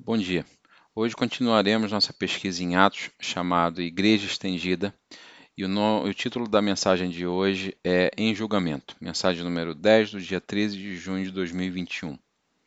Bom dia. Hoje continuaremos nossa pesquisa em Atos, chamado Igreja Estendida, e o título da mensagem de hoje é Em Julgamento, mensagem número 10 do dia 13 de junho de 2021.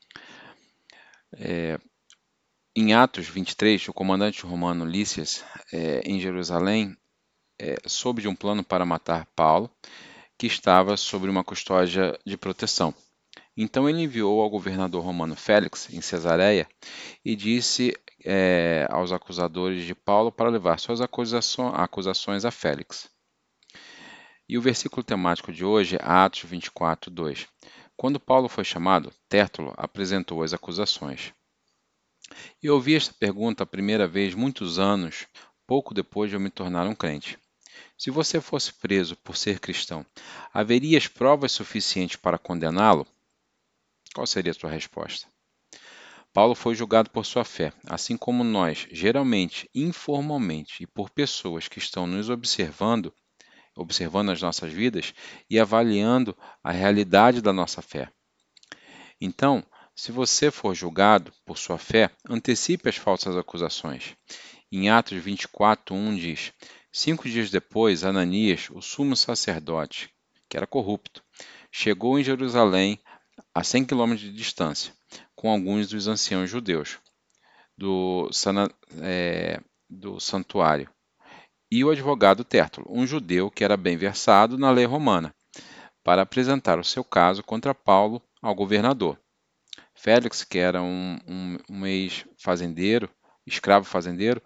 Em Atos 23, o comandante romano Lísias, em Jerusalém, soube de um plano para matar Paulo, que estava sob uma custódia de proteção. Então ele enviou ao governador romano Félix, em Cesareia, e disse aos acusadores de Paulo para levar suas acusações a Félix. E o versículo temático de hoje é Atos 24, 2. Quando Paulo foi chamado, Tértulo apresentou as acusações. Eu ouvi esta pergunta a primeira vez muitos anos, pouco depois de eu me tornar um crente. Se você fosse preso por ser cristão, haverias provas suficientes para condená-lo? Qual seria a sua resposta? Paulo foi julgado por sua fé, assim como nós, geralmente, informalmente e por pessoas que estão nos observando as nossas vidas e avaliando a realidade da nossa fé. Então, se você for julgado por sua fé, antecipe as falsas acusações. Em Atos 24, 1 diz: 5 dias depois, Ananias, o sumo sacerdote, que era corrupto, chegou em Jerusalém a 100 quilômetros de distância, com alguns dos anciãos judeus do, do santuário, e o advogado Tértulo, um judeu que era bem versado na lei romana, para apresentar o seu caso contra Paulo ao governador. Félix, que era um ex-fazendeiro, escravo fazendeiro,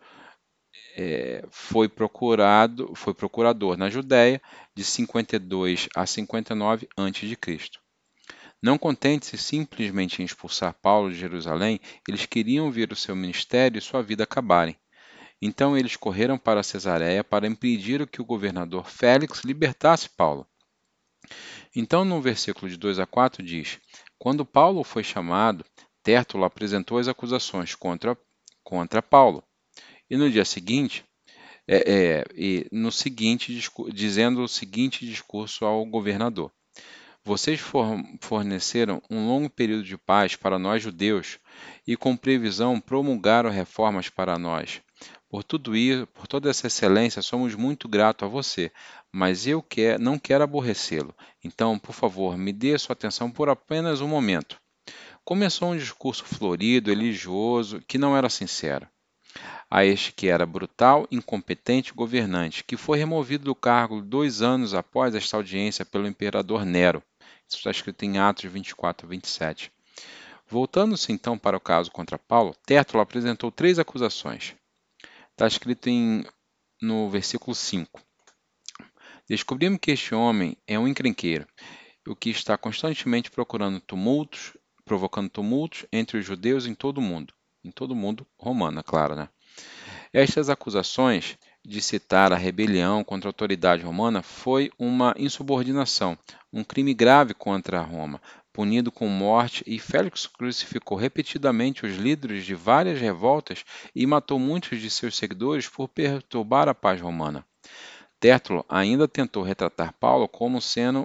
foi procurador na Judéia de 52 a 59 a.C. Não contentes-se simplesmente em expulsar Paulo de Jerusalém, eles queriam ver o seu ministério e sua vida acabarem. Então eles correram para Cesareia para impedir que o governador Félix libertasse Paulo. Então, no versículo de 2 a 4 diz: Quando Paulo foi chamado, Tértulo apresentou as acusações contra Paulo. E no dia seguinte, dizendo o seguinte discurso ao governador: Vocês forneceram um longo período de paz para nós judeus e com previsão promulgaram reformas para nós. Por tudo isso, por toda essa excelência, somos muito gratos a você, mas não quero aborrecê-lo. Então, por favor, me dê sua atenção por apenas um momento. Começou um discurso florido, religioso, que não era sincero. A este que era brutal, incompetente governante, que foi removido do cargo 2 anos após esta audiência pelo imperador Nero. Isso está escrito em Atos 24 a 27. Voltando-se então para o caso contra Paulo, Tértulo apresentou 3 acusações. Está escrito no versículo 5. Descobrimos que este homem é um encrenqueiro, o que está constantemente provocando tumultos entre os judeus em todo o mundo romano, é claro, né? Estas acusações de citar a rebelião contra a autoridade romana foi uma insubordinação, um crime grave contra Roma, punido com morte, e Félix crucificou repetidamente os líderes de várias revoltas e matou muitos de seus seguidores por perturbar a paz romana. Tértulo ainda tentou retratar Paulo como sendo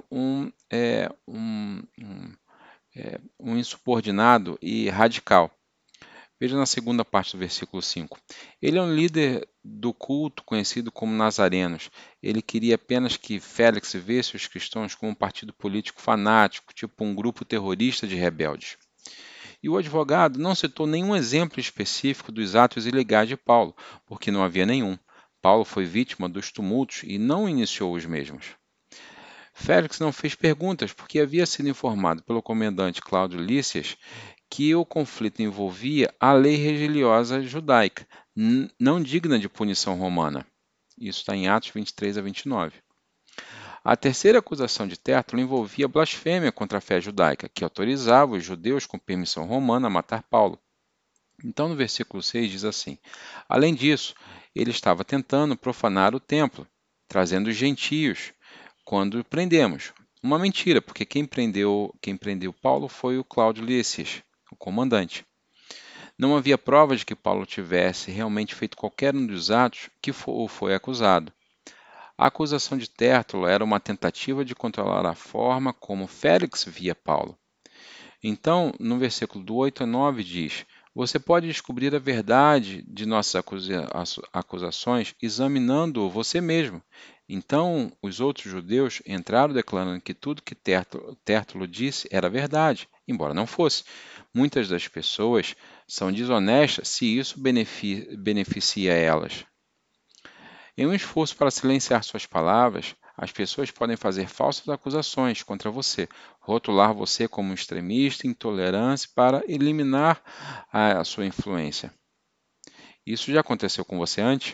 um insubordinado e radical. Veja na segunda parte do versículo 5. Ele é um líder do culto conhecido como Nazarenos. Ele queria apenas que Félix visse os cristãos como um partido político fanático, tipo um grupo terrorista de rebeldes. E o advogado não citou nenhum exemplo específico dos atos ilegais de Paulo, porque não havia nenhum. Paulo foi vítima dos tumultos e não iniciou os mesmos. Félix não fez perguntas porque havia sido informado pelo comandante Cláudio Lísias que o conflito envolvia a lei religiosa judaica, não digna de punição romana. Isso está em Atos 23 a 29. A terceira acusação de Tértulo envolvia blasfêmia contra a fé judaica, que autorizava os judeus com permissão romana a matar Paulo. Então, no versículo 6 diz assim: Além disso, ele estava tentando profanar o templo, trazendo os gentios, quando o prendemos. Uma mentira, porque quem prendeu Paulo foi o Cláudio Lísias, o comandante. Não havia provas de que Paulo tivesse realmente feito qualquer um dos atos que foi acusado. A acusação de Tértulo era uma tentativa de controlar a forma como Félix via Paulo. Então, no versículo do 8 a 9 diz: Você pode descobrir a verdade de nossas acusações examinando você mesmo. Então, os outros judeus entraram declarando que tudo que Tértulo disse era verdade, embora não fosse. Muitas das pessoas são desonestas se isso beneficia elas. Em um esforço para silenciar suas palavras, as pessoas podem fazer falsas acusações contra você, rotular você como um extremista, intolerante para eliminar a sua influência. Isso já aconteceu com você antes?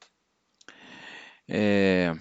É,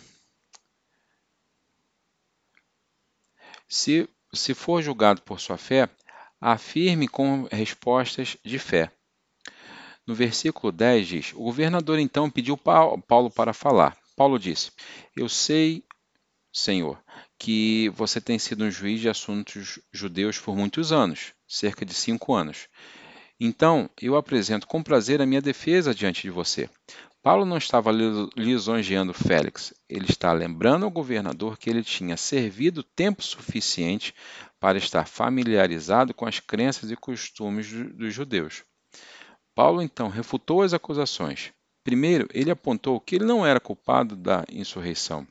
se for julgado por sua fé, afirme com respostas de fé. No versículo 10 diz: O governador então pediu Paulo para falar. Paulo disse: Eu sei, Senhor, que você tem sido um juiz de assuntos judeus por muitos anos, cerca de 5 anos. Então, eu apresento com prazer a minha defesa diante de você. Paulo não estava lisonjeando Félix, ele está lembrando ao governador que ele tinha servido tempo suficiente para estar familiarizado com as crenças e costumes dos judeus. Paulo então refutou as acusações. Primeiro, ele apontou que ele não era culpado da insurreição.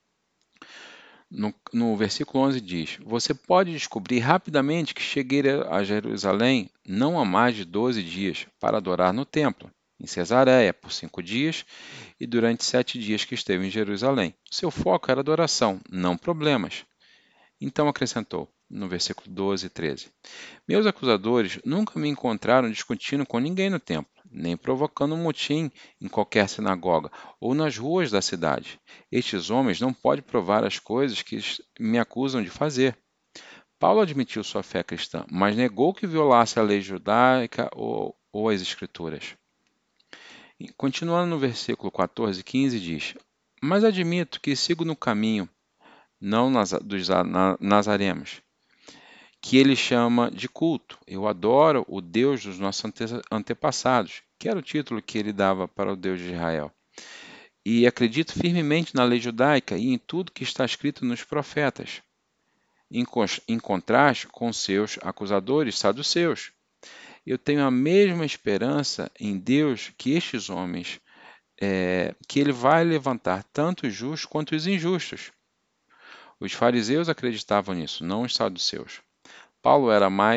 No versículo 11 diz: Você pode descobrir rapidamente que cheguei a Jerusalém não há mais de 12 dias para adorar no templo, em Cesareia, por 5 dias, e durante 7 dias que esteve em Jerusalém. Seu foco era adoração, não problemas. Então acrescentou, no versículo 12 e 13: Meus acusadores nunca me encontraram discutindo com ninguém no templo, nem provocando um motim em qualquer sinagoga ou nas ruas da cidade. Estes homens não podem provar as coisas que me acusam de fazer. Paulo admitiu sua fé cristã, mas negou que violasse a lei judaica ou as escrituras. E, continuando no versículo 14 e 15, diz: Mas admito que sigo no caminho, não dos nazarenos, que ele chama de culto. Eu adoro o Deus dos nossos antepassados, que era o título que ele dava para o Deus de Israel. E acredito firmemente na lei judaica e em tudo que está escrito nos profetas, em contraste com seus acusadores saduceus. Eu tenho a mesma esperança em Deus que estes homens, que ele vai levantar tanto os justos quanto os injustos. Os fariseus acreditavam nisso, não os saduceus. Paulo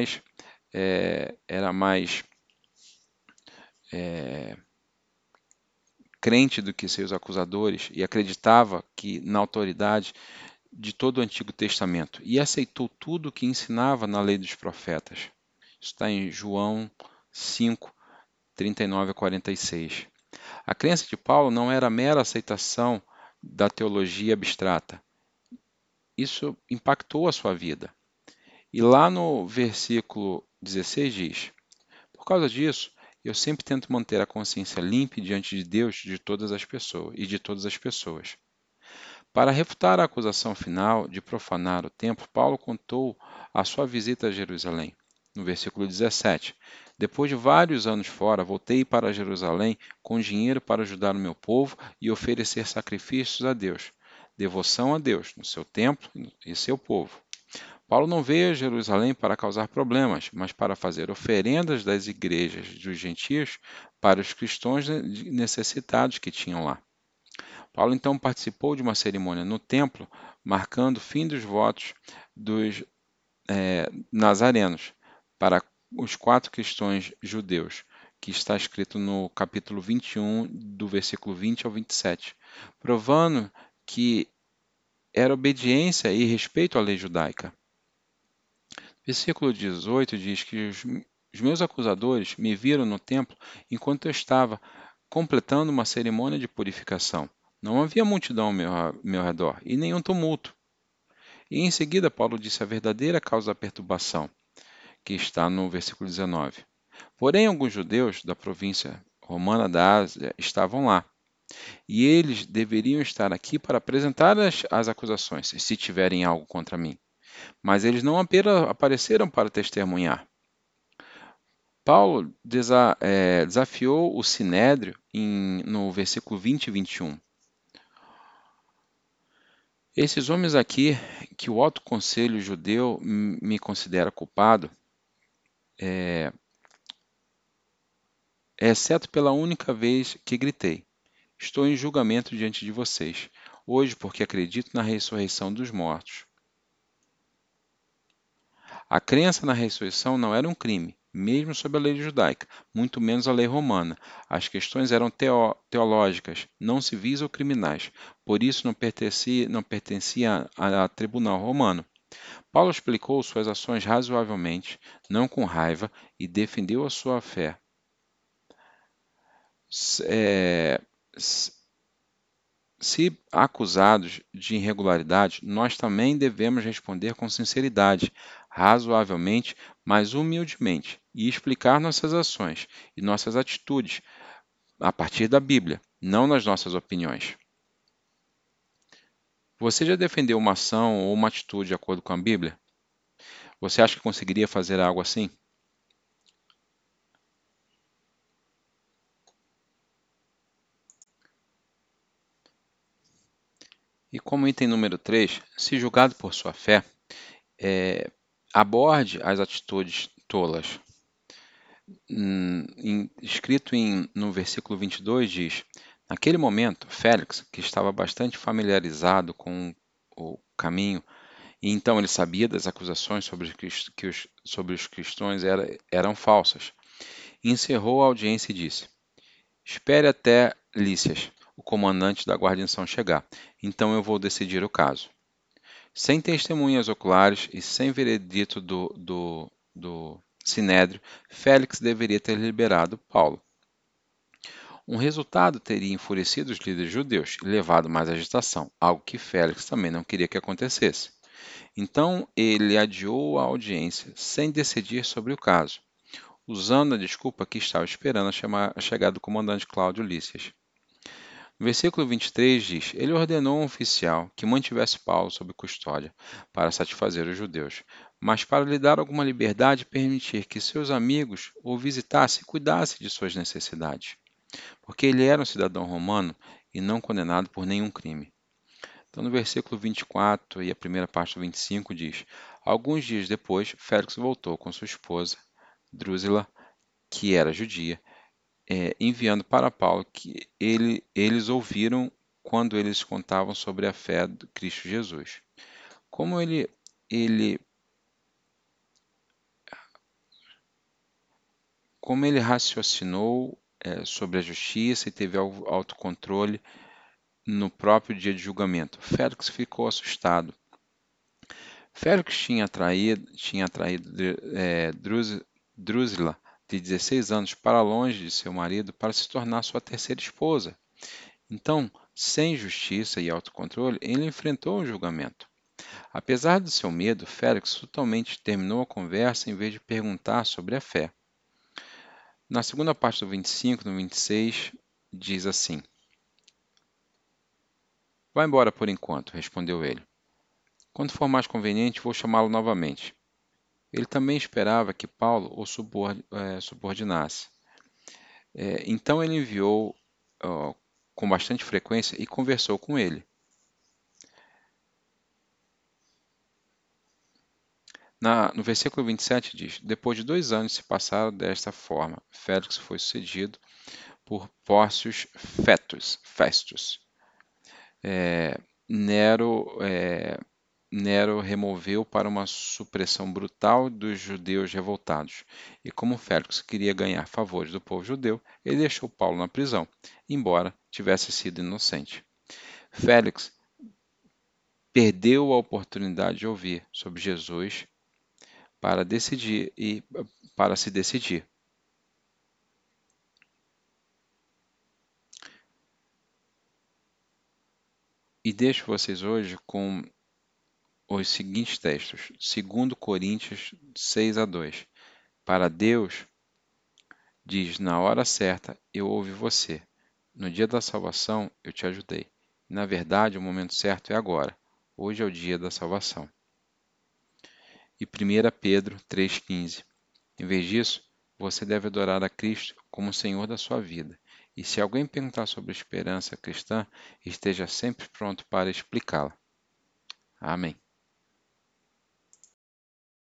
era mais crente do que seus acusadores e acreditava que na autoridade de todo o Antigo Testamento e aceitou tudo o que ensinava na lei dos profetas. Isso está em João 5, 39 a 46. A crença de Paulo não era mera aceitação da teologia abstrata. Isso impactou a sua vida. E lá no versículo 16 diz: Por causa disso, eu sempre tento manter a consciência limpa diante de Deus de todas as pessoas. Para refutar a acusação final de profanar o templo, Paulo contou a sua visita a Jerusalém. No versículo 17: Depois de vários anos fora, voltei para Jerusalém com dinheiro para ajudar o meu povo e oferecer sacrifícios a Deus, devoção a Deus no seu templo e seu povo. Paulo não veio a Jerusalém para causar problemas, mas para fazer oferendas das igrejas dos gentios para os cristãos necessitados que tinham lá. Paulo então participou de uma cerimônia no templo, marcando o fim dos votos dos nazarenos para os 4 cristãos judeus, que está escrito no capítulo 21, do versículo 20 ao 27, provando que era obediência e respeito à lei judaica. Versículo 18 diz que os meus acusadores me viram no templo enquanto eu estava completando uma cerimônia de purificação. Não havia multidão ao meu redor e nenhum tumulto. E em seguida, Paulo disse a verdadeira causa da perturbação, que está no versículo 19. Porém, alguns judeus da província romana da Ásia estavam lá, e eles deveriam estar aqui para apresentar as acusações, se tiverem algo contra mim. Mas eles não apenas apareceram para testemunhar. Paulo desafiou o sinédrio no versículo 20 e 21. Esses homens aqui, que o alto conselho judeu me considera culpado, exceto pela única vez que gritei: Estou em julgamento diante de vocês, hoje porque acredito na ressurreição dos mortos. A crença na ressurreição não era um crime, mesmo sob a lei judaica, muito menos a lei romana. As questões eram teológicas, não civis ou criminais, por isso não pertencia a tribunal romano. Paulo explicou suas ações razoavelmente, não com raiva, e defendeu a sua fé. S- é, s- Se acusados de irregularidade, nós também devemos responder com sinceridade, razoavelmente, mas humildemente, e explicar nossas ações e nossas atitudes a partir da Bíblia, não nas nossas opiniões. Você já defendeu uma ação ou uma atitude de acordo com a Bíblia? Você acha que conseguiria fazer algo assim? E como item número 3, se julgado por sua fé, é, aborde as atitudes tolas. No versículo 22 diz: Naquele momento, Félix, que estava bastante familiarizado com o caminho, e então ele sabia das acusações sobre os cristãos eram falsas, encerrou a audiência e disse: Espere até Lícias, o comandante da guarnição, chegar, então eu vou decidir o caso. Sem testemunhas oculares e sem veredito do Sinédrio, Félix deveria ter liberado Paulo. Um resultado teria enfurecido os líderes judeus e levado mais agitação, algo que Félix também não queria que acontecesse. Então ele adiou a audiência sem decidir sobre o caso, usando a desculpa que estava esperando a chegada do comandante Cláudio Lícias. No versículo 23 diz: Ele ordenou a um oficial que mantivesse Paulo sob custódia, para satisfazer os judeus, mas para lhe dar alguma liberdade e permitir que seus amigos o visitassem e cuidassem de suas necessidades, porque ele era um cidadão romano e não condenado por nenhum crime. Então, no versículo 24 e a primeira parte do 25 diz: Alguns dias depois, Félix voltou com sua esposa, Drusila, que era judia, enviando para Paulo que eles ouviram quando eles contavam sobre a fé de Cristo Jesus. Como ele, como ele raciocinou sobre a justiça e teve autocontrole no próprio dia de julgamento. Félix ficou assustado. Félix tinha traído Drusila, de 16 anos, para longe de seu marido para se tornar sua terceira esposa. Então, sem justiça e autocontrole, ele enfrentou o julgamento. Apesar do seu medo, Félix totalmente terminou a conversa em vez de perguntar sobre a fé. Na segunda parte do 25, no 26, diz assim: Vá embora por enquanto, respondeu ele. Quando for mais conveniente, vou chamá-lo novamente. Ele também esperava que Paulo o subordinasse. Então ele enviou com bastante frequência e conversou com ele. No versículo 27 diz: Depois de 2 anos se passaram desta forma. Félix foi sucedido por Festus. É, Nero, é, Nero removeu para uma supressão brutal dos judeus revoltados. E como Félix queria ganhar favores do povo judeu, ele deixou Paulo na prisão, embora tivesse sido inocente. Félix perdeu a oportunidade de ouvir sobre Jesus para decidir e para se decidir. E deixo vocês hoje com os seguintes textos: 2 Coríntios 6:2. Para Deus, diz: Na hora certa eu ouvi você. No dia da salvação eu te ajudei. Na verdade, o momento certo é agora. Hoje é o dia da salvação. E 1 Pedro 3,15. Em vez disso, você deve adorar a Cristo como Senhor da sua vida. E se alguém perguntar sobre a esperança cristã, esteja sempre pronto para explicá-la. Amém.